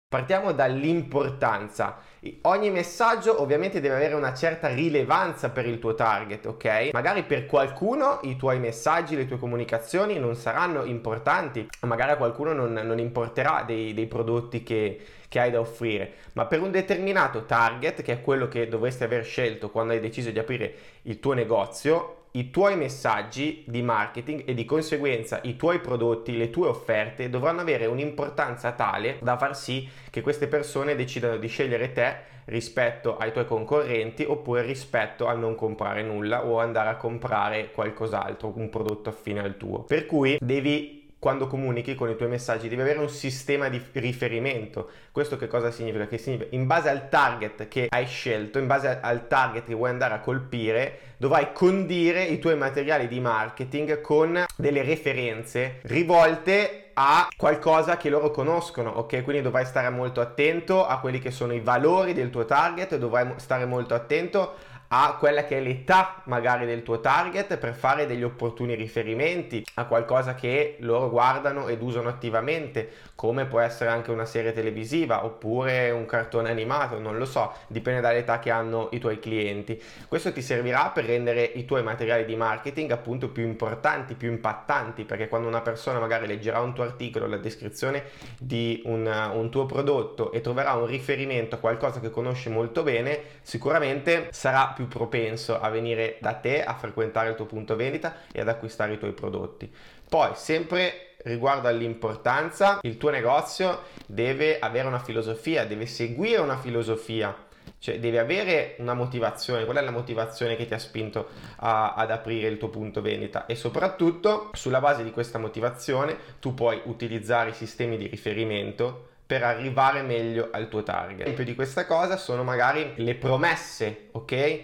Partiamo dall'importanza. Ogni messaggio ovviamente deve avere una certa rilevanza per il tuo target, ok? Magari per qualcuno i tuoi messaggi, le tue comunicazioni non saranno importanti, magari a qualcuno non importerà dei prodotti che hai da offrire, ma per un determinato target, che è quello che dovresti aver scelto quando hai deciso di aprire il tuo negozio, i tuoi messaggi di marketing e di conseguenza i tuoi prodotti, le tue offerte dovranno avere un'importanza tale da far sì che queste persone decidano di scegliere te rispetto ai tuoi concorrenti oppure rispetto a non comprare nulla o andare a comprare qualcos'altro, un prodotto affine al tuo. Per cui quando comunichi con i tuoi messaggi devi avere un sistema di riferimento. Questo che cosa significa? Che significa in base al target che hai scelto, in base al target che vuoi andare a colpire, dovrai condire i tuoi materiali di marketing con delle referenze rivolte a qualcosa che loro conoscono, ok? Quindi dovrai stare molto attento a quelli che sono i valori del tuo target, dovrai stare molto attento a quella che è l'età magari del tuo target per fare degli opportuni riferimenti a qualcosa che loro guardano ed usano attivamente, come può essere anche una serie televisiva oppure un cartone animato, non lo so, dipende dall'età che hanno i tuoi clienti. Questo ti servirà per rendere i tuoi materiali di marketing appunto più importanti, più impattanti, perché quando una persona magari leggerà un tuo articolo, la descrizione di un tuo prodotto e troverà un riferimento a qualcosa che conosce molto bene, sicuramente sarà più propenso a venire da te, a frequentare il tuo punto vendita e ad acquistare i tuoi prodotti. Poi, sempre riguardo all'importanza, il tuo negozio deve avere una filosofia, deve seguire una filosofia, cioè deve avere una motivazione. Qual è la motivazione che ti ha spinto ad aprire il tuo punto vendita? E soprattutto, sulla base di questa motivazione, tu puoi utilizzare i sistemi di riferimento per arrivare meglio al tuo target. Esempio di questa cosa sono magari le promesse, ok?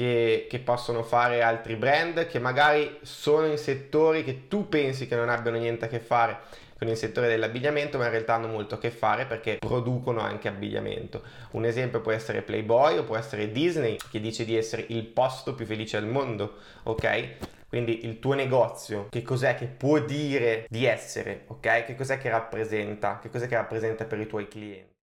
Che possono fare altri brand che magari sono in settori che tu pensi che non abbiano niente a che fare con il settore dell'abbigliamento, ma in realtà hanno molto a che fare perché producono anche abbigliamento. Un esempio può essere Playboy o può essere Disney, che dice di essere il posto più felice al mondo, ok? Quindi il tuo negozio, che cos'è che può dire di essere, ok? Che cos'è che rappresenta? Che cos'è che rappresenta per i tuoi clienti?